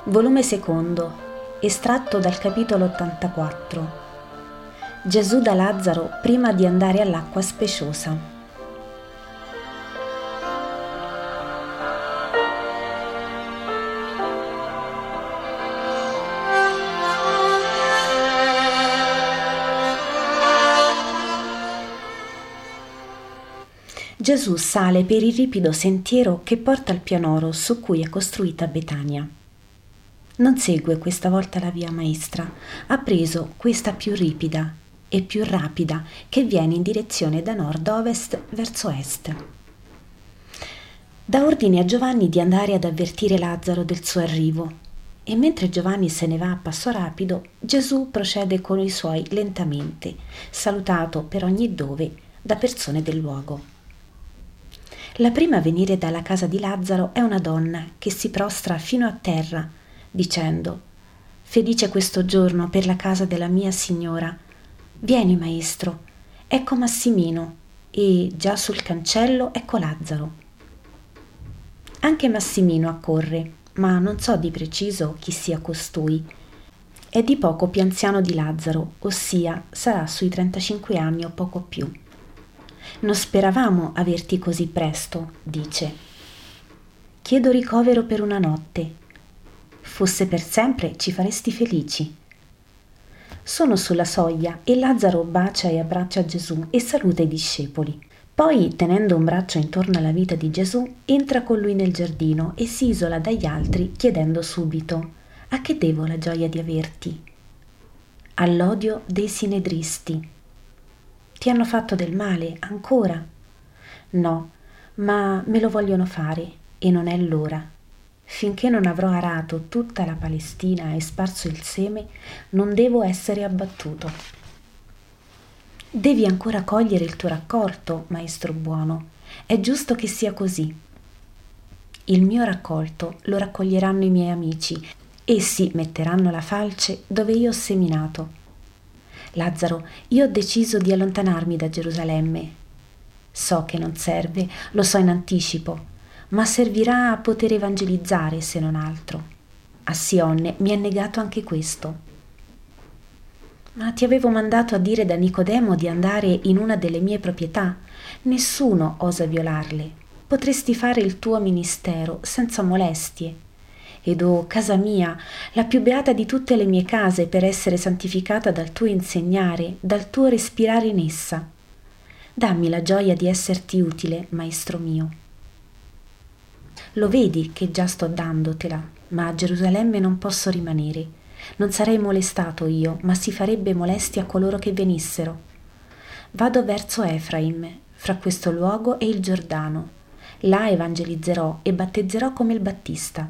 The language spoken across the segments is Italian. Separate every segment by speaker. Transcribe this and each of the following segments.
Speaker 1: Volume secondo, estratto dal capitolo 84. Gesù da Lazzaro prima di andare all'acqua speciosa. Gesù sale per il ripido sentiero che porta al pianoro su cui è costruita Betania. Non segue questa volta la via maestra, ha preso questa più ripida e più rapida che viene in direzione da nord-ovest verso est. Dà ordine a Giovanni di andare ad avvertire Lazzaro del suo arrivo e mentre Giovanni se ne va a passo rapido, Gesù procede con i suoi lentamente, salutato per ogni dove da persone del luogo. La prima a venire dalla casa di Lazzaro è una donna che si prostra fino a terra, dicendo: «Felice questo giorno per la casa della mia signora. Vieni, maestro, ecco Massimino, e già sul cancello ecco Lazzaro». Anche Massimino accorre, ma non so di preciso chi sia costui. È di poco più anziano di Lazzaro, ossia sarà sui 35 anni o poco più. «Non speravamo averti così presto», dice. «Chiedo ricovero per una notte. Fosse per sempre ci faresti felici». Sono sulla soglia e Lazzaro bacia e abbraccia Gesù e saluta i discepoli. Poi, tenendo un braccio intorno alla vita di Gesù, entra con lui nel giardino e si isola dagli altri chiedendo subito: «A che devo la gioia di averti?» «All'odio dei sinedristi». «Ti hanno fatto del male ancora?» «No, ma me lo vogliono fare e non è l'ora. Finché non avrò arato tutta la Palestina e sparso il seme, non devo essere abbattuto». «Devi ancora cogliere il tuo raccolto, maestro buono. È giusto che sia così». «Il mio raccolto lo raccoglieranno i miei amici. Essi metteranno la falce dove io ho seminato». «Lazzaro, io ho deciso di allontanarmi da Gerusalemme. So che non serve, lo so in anticipo, ma servirà a poter evangelizzare se non altro. A Sionne mi è negato anche questo». «Ma ti avevo mandato a dire da Nicodemo di andare in una delle mie proprietà. Nessuno osa violarle. Potresti fare il tuo ministero senza molestie. Ed oh, casa mia, la più beata di tutte le mie case per essere santificata dal tuo insegnare, dal tuo respirare in essa. Dammi la gioia di esserti utile, maestro mio». «Lo vedi che già sto dandotela, ma a Gerusalemme non posso rimanere. Non sarei molestato io, ma si farebbe molestia a coloro che venissero. Vado verso Efraim, fra questo luogo e il Giordano. Là evangelizzerò e battezzerò come il Battista.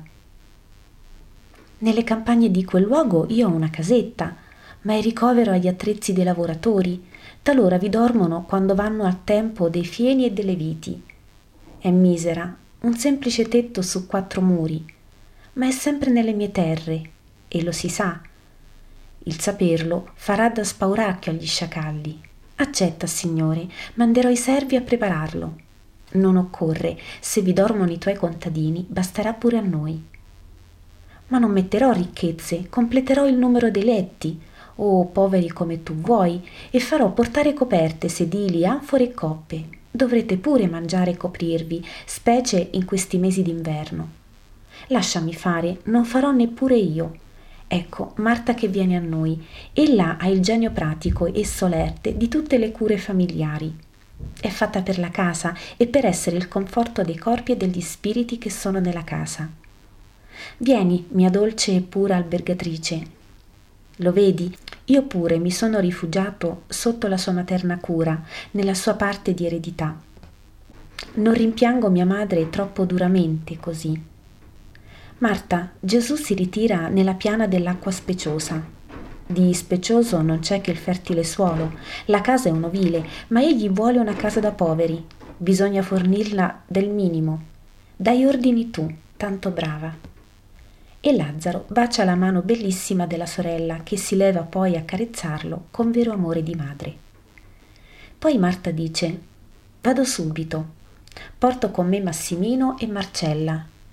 Speaker 1: Nelle campagne di quel luogo io ho una casetta, ma è ricovero agli attrezzi dei lavoratori. Talora vi dormono quando vanno a tempo dei fieni e delle viti. È misera, un semplice tetto su 4 muri, ma è sempre nelle mie terre, e lo si sa. Il saperlo farà da spauracchio agli sciacalli. Accetta, Signore, manderò i servi a prepararlo. Non occorre, se vi dormono i tuoi contadini, basterà pure a noi. Ma non metterò ricchezze, completerò il numero dei letti, o poveri come tu vuoi, e farò portare coperte, sedili, anfore e coppe. Dovrete pure mangiare e coprirvi, specie in questi mesi d'inverno. Lasciami fare, non farò neppure io. Ecco Marta che viene a noi, ella ha il genio pratico e solerte di tutte le cure familiari. È fatta per la casa e per essere il conforto dei corpi e degli spiriti che sono nella casa. Vieni, mia dolce e pura albergatrice. Lo vedi, io pure mi sono rifugiato sotto la sua materna cura, nella sua parte di eredità. Non rimpiango mia madre troppo duramente così. Marta, Gesù si ritira nella piana dell'acqua speciosa. Di specioso non c'è che il fertile suolo. La casa è un ovile, ma egli vuole una casa da poveri. Bisogna fornirla del minimo. Dai ordini tu, tanto brava». E Lazzaro bacia la mano bellissima della sorella, che si leva poi a carezzarlo con vero amore di madre. Poi Marta dice: «Vado subito. Porto con me Massimino e Marcella».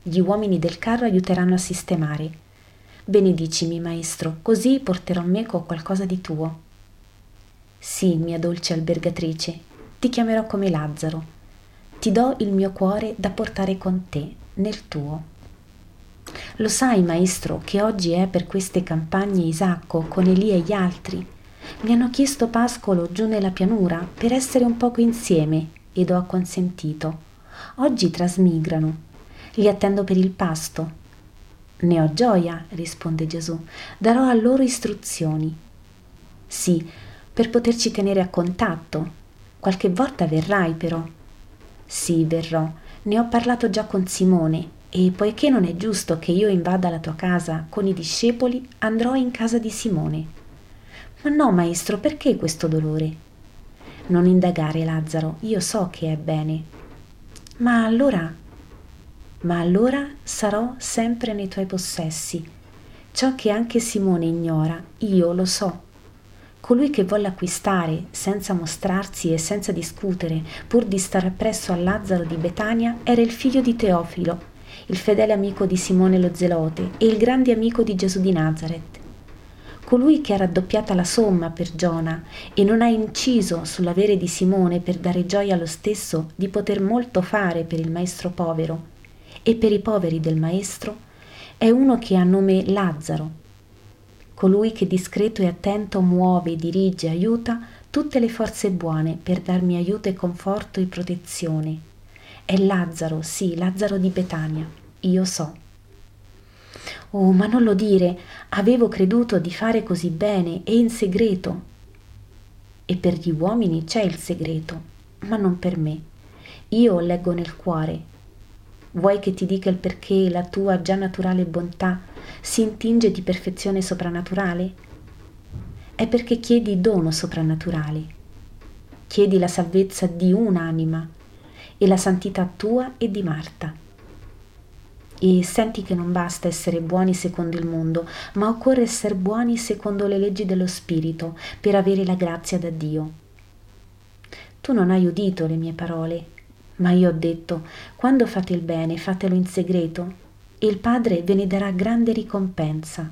Speaker 1: Gli uomini del carro aiuteranno a sistemare. Benedicimi, maestro, così porterò meco qualcosa di tuo. Sì, mia dolce albergatrice, ti chiamerò come Lazzaro. Ti do il mio cuore da portare con te, nel tuo. Lo sai, maestro, che oggi è per queste campagne Isacco con Elia e gli altri. Mi hanno chiesto pascolo giù nella pianura per essere un poco insieme ed ho acconsentito. Oggi trasmigrano. Li attendo per il pasto. Ne ho gioia, risponde Gesù. Darò a loro istruzioni. Sì, per poterci tenere a contatto. Qualche volta verrai però. Sì, verrò. Ne ho parlato già con Simone e poiché non è giusto che io invada la tua casa con i discepoli, andrò in casa di Simone. Ma no, maestro, perché questo dolore? Non indagare, Lazzaro, io so che è bene. Ma allora sarò sempre nei tuoi possessi. Ciò che anche Simone ignora, io lo so. Colui che volle acquistare, senza mostrarsi e senza discutere, pur di stare appresso a Lazzaro di Betania, era il figlio di Teofilo, il fedele amico di Simone lo Zelote e il grande amico di Gesù di Nazaret. Colui che ha raddoppiata la somma per Giona e non ha inciso sull'avere di Simone per dare gioia allo stesso di poter molto fare per il maestro povero e per i poveri del maestro, è uno che ha nome Lazzaro. Colui che discreto e attento muove, dirige, aiuta tutte le forze buone per darmi aiuto e conforto e protezione. È Lazzaro, sì, Lazzaro di Betania, io so. Oh, ma non lo dire, avevo creduto di fare così bene e in segreto. E per gli uomini c'è il segreto, ma non per me. Io leggo nel cuore. Vuoi che ti dica il perché la tua già naturale bontà si intinge di perfezione soprannaturale? È perché chiedi dono soprannaturale. Chiedi la salvezza di un'anima e la santità tua e di Marta. E senti che non basta essere buoni secondo il mondo, ma occorre essere buoni secondo le leggi dello Spirito per avere la grazia da Dio. Tu non hai udito le mie parole, ma io ho detto: quando fate il bene, fatelo in segreto, e il Padre ve ne darà grande ricompensa.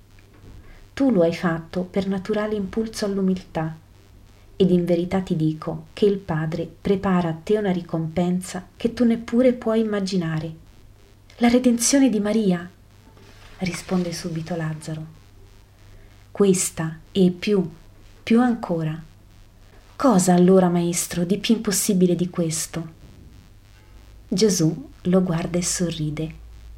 Speaker 1: Tu lo hai fatto per naturale impulso all'umiltà, ed in verità ti dico che il Padre prepara a te una ricompensa che tu neppure puoi immaginare. La redenzione di Maria, risponde subito Lazzaro. Questa e più ancora. Cosa allora, maestro, di più impossibile di questo? Gesù lo guarda e sorride.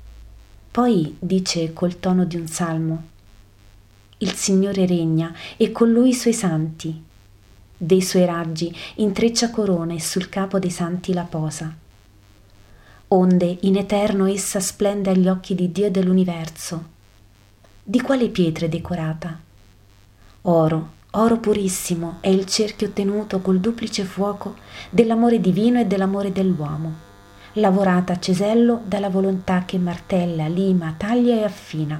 Speaker 1: Poi dice col tono di un salmo: il Signore regna e con lui i suoi santi. Dei suoi raggi intreccia corone e sul capo dei santi la posa. Onde in eterno essa splende agli occhi di Dio e dell'universo. Di quale pietre è decorata? Oro purissimo è il cerchio ottenuto col duplice fuoco dell'amore divino e dell'amore dell'uomo, lavorata a cesello dalla volontà che martella, lima, taglia e affina.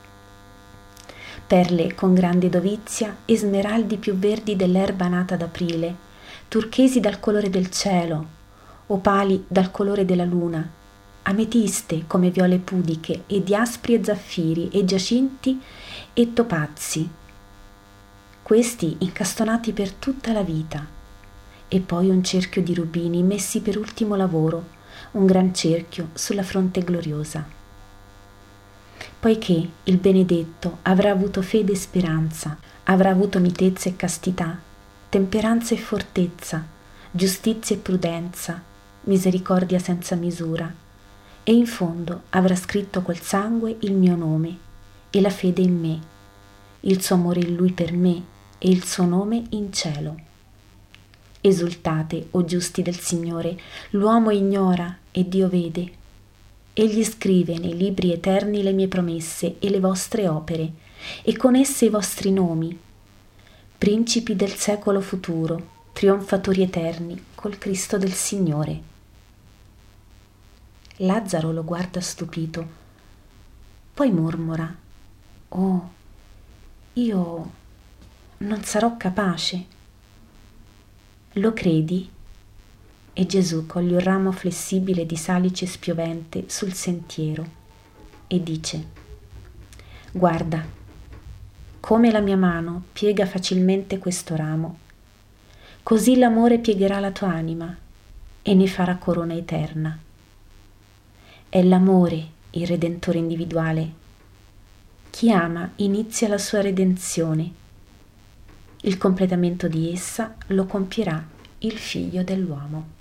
Speaker 1: Perle con grande dovizia e smeraldi più verdi dell'erba nata d'aprile, turchesi dal colore del cielo, opali dal colore della luna, ametiste come viole pudiche e diaspri e zaffiri e giacinti e topazzi, questi incastonati per tutta la vita, e poi un cerchio di rubini messi per ultimo lavoro, un gran cerchio sulla fronte gloriosa. Poiché il benedetto avrà avuto fede e speranza, avrà avuto mitezza e castità, temperanza e fortezza, giustizia e prudenza, misericordia senza misura, e in fondo avrà scritto col sangue il mio nome e la fede in me, il suo amore in lui per me e il suo nome in cielo. Esultate, o giusti del Signore, l'uomo ignora e Dio vede. Egli scrive nei libri eterni le mie promesse e le vostre opere, e con esse i vostri nomi, principi del secolo futuro, trionfatori eterni col Cristo del Signore. Lazzaro lo guarda stupito, poi mormora: oh, io non sarò capace. Lo credi? E Gesù coglie un ramo flessibile di salice spiovente sul sentiero e dice: guarda, come la mia mano piega facilmente questo ramo, così l'amore piegherà la tua anima e ne farà corona eterna. È l'amore il Redentore individuale. Chi ama inizia la sua redenzione. Il completamento di essa lo compierà il Figlio dell'uomo.